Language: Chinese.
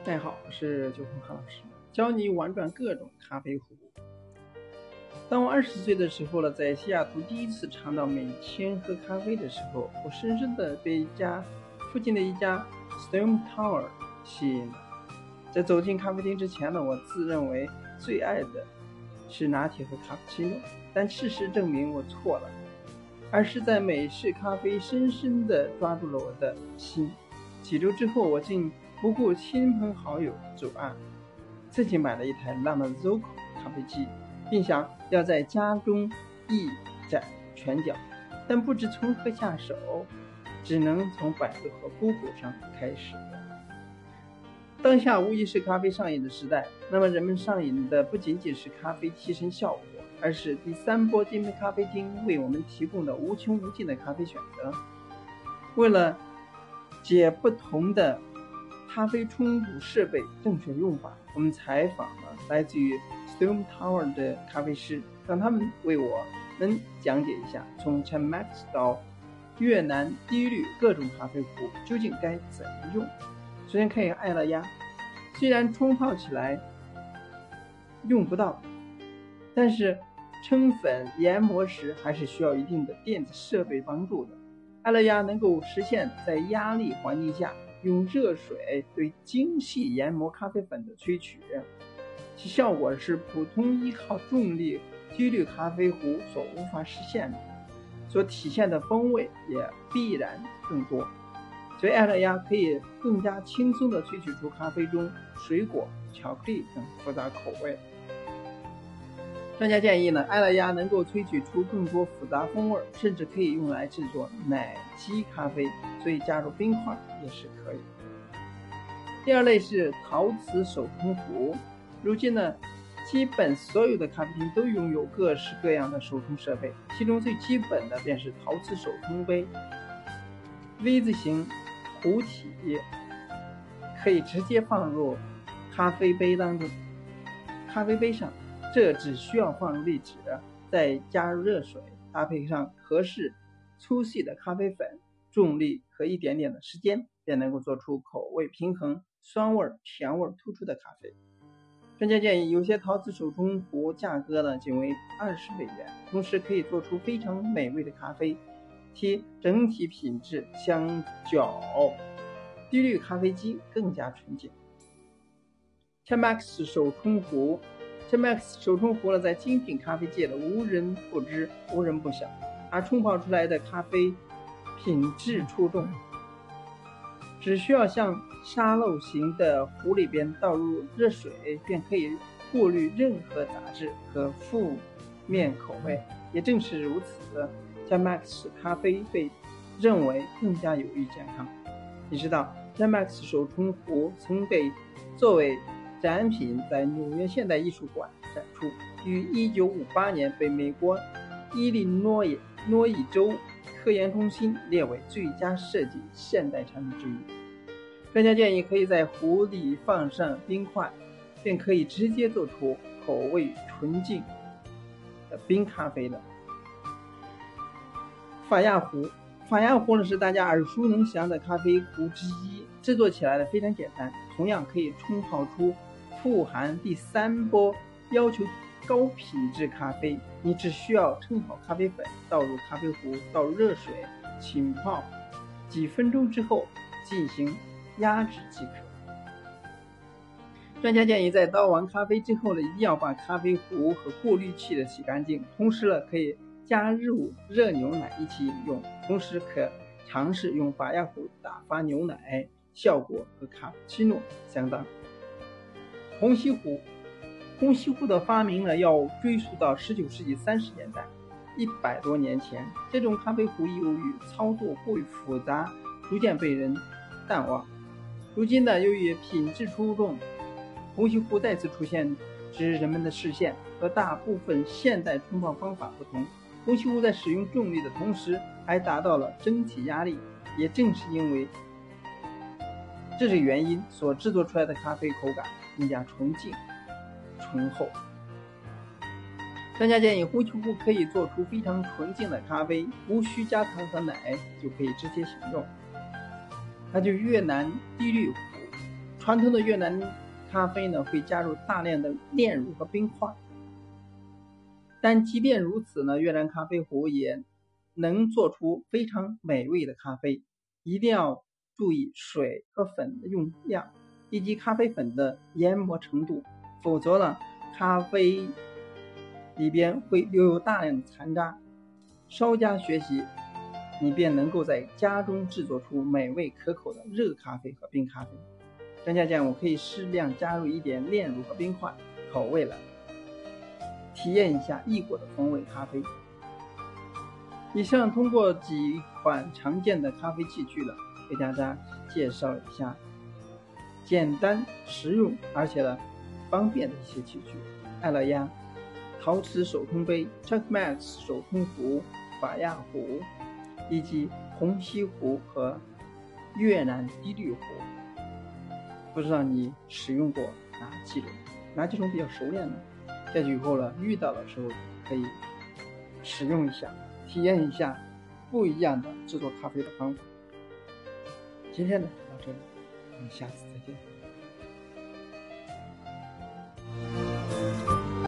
大家好，我是九红何老师，教你玩转各种咖啡壶。当我20岁的时候呢，在西雅图第一次尝到每天喝咖啡的时候，我深深的被附近的一家 Stone Tower 吸引了。在走进咖啡厅之前呢，我自认为最爱的是拿铁和卡布奇诺，但事实证明我错了，而是在美式咖啡深深的抓住了我的心。几周之后，我竟不顾亲朋好友阻碍，自己买了一台 Lamazoko 咖啡机，并想要在家中一展拳脚，但不知从何下手，只能从百度和 Google 上开始。当下无疑是咖啡上瘾的时代，那么人们上瘾的不仅仅是咖啡提神效果，而是第三波精品咖啡厅为我们提供的无穷无尽的咖啡选择。为了解不同的咖啡冲煮设备正确用法，我们采访了来自于 Stone Tower 的咖啡师，让他们为我们讲解一下从 Chemex 到越南低滤各种咖啡壶究竟该怎么用。首先看爱乐压，虽然冲泡起来用不到，但是称粉研磨时还是需要一定的电子设备帮助的。爱乐压能够实现在压力环境下用热水对精细研磨咖啡粉的萃取，其效果是普通依靠重力低滤咖啡壶所无法实现的，所体现的风味也必然更多。所以爱乐压可以更加轻松地萃取出咖啡中水果、巧克力等复杂口味。专家建议呢，爱乐压能够萃取出更多复杂风味，甚至可以用来制作奶基咖啡，所以加入冰块也是可以。第二类是陶瓷手冲壶，如今呢，基本所有的咖啡厅都拥有各式各样的手冲设备，其中最基本的便是陶瓷手冲杯。V 字形壶体可以直接放入咖啡杯上，这只需要放入滤纸，再加入热水，搭配上合适粗细的咖啡粉、重力和一点点的时间，便能够做出口味平衡、酸味、甜味突出的咖啡。专家建议，有些陶瓷手冲壶价格呢仅为20美元，同时可以做出非常美味的咖啡，其整体品质相较低滤咖啡机更加纯净。Chemex 手冲壶呢，在精品咖啡界的无人不知、无人不晓，而冲泡出来的咖啡品质出众，只需要像沙漏型的壶里边倒入热水，便可以过滤任何杂质和负面口味。也正是如此，Chemex 咖啡被认为更加有益健康。你知道 Chemex 手冲壶曾被作为展品在纽约现代艺术馆展出，于1958年被美国伊利诺伊州科研中心列为最佳设计现代产品之一。专家建议可以在壶里放上冰块，便可以直接做出口味纯净的冰咖啡了。法亚壶呢是大家耳熟能详的咖啡壶之一，制作起来的非常简单，同样可以冲泡出富含第三波要求高品质咖啡。你只需要称好咖啡粉，倒入咖啡壶，倒入热水，浸泡几分钟之后进行压制即可。专家建议在倒完咖啡之后呢，一定要把咖啡壶和过滤器的洗干净，同时呢可以加入热牛奶一起饮用，同时可尝试用法亚壶打发牛奶，效果和卡布奇诺相当。虹吸壶的发明呢，要追溯到19世纪30年代，100多年前。这种咖啡壶由于操作过于复杂，逐渐被人淡忘。如今呢，由于品质出众，虹吸壶再次出现至人们的视线。和大部分现代冲泡方法不同，虹吸壶在使用重力的同时还达到了蒸汽压力，也正是因为这是原因，所制作出来的咖啡口感更加纯净醇厚。专家建议虹吸壶可以做出非常纯净的咖啡，无需加糖和奶就可以直接享用。那就越南低滤壶， 传统的越南咖啡呢，会加入大量的炼乳和冰块，但即便如此呢，越南咖啡壶也能做出非常美味的咖啡。一定要注意水和粉的用量，以及咖啡粉的研磨程度，否则呢，咖啡里边会留有大量的残渣。稍加学习，你便能够在家中制作出美味可口的热咖啡和冰咖啡。专家讲，我可以适量加入一点炼乳和冰块，口味了，体验一下异国的风味咖啡。以上通过几款常见的咖啡器具了，给大家介绍一下简单实用而且呢方便的一些器具：爱乐压、陶瓷手冲杯、Checkmate 手冲壶、法亚壶，以及虹吸壶和越南滴滤壶。不知道你使用过哪几种比较熟练呢？下去以后呢，遇到的时候可以使用一下，体验一下不一样的制作咖啡的方法。今天呢到这里，我们下次再见。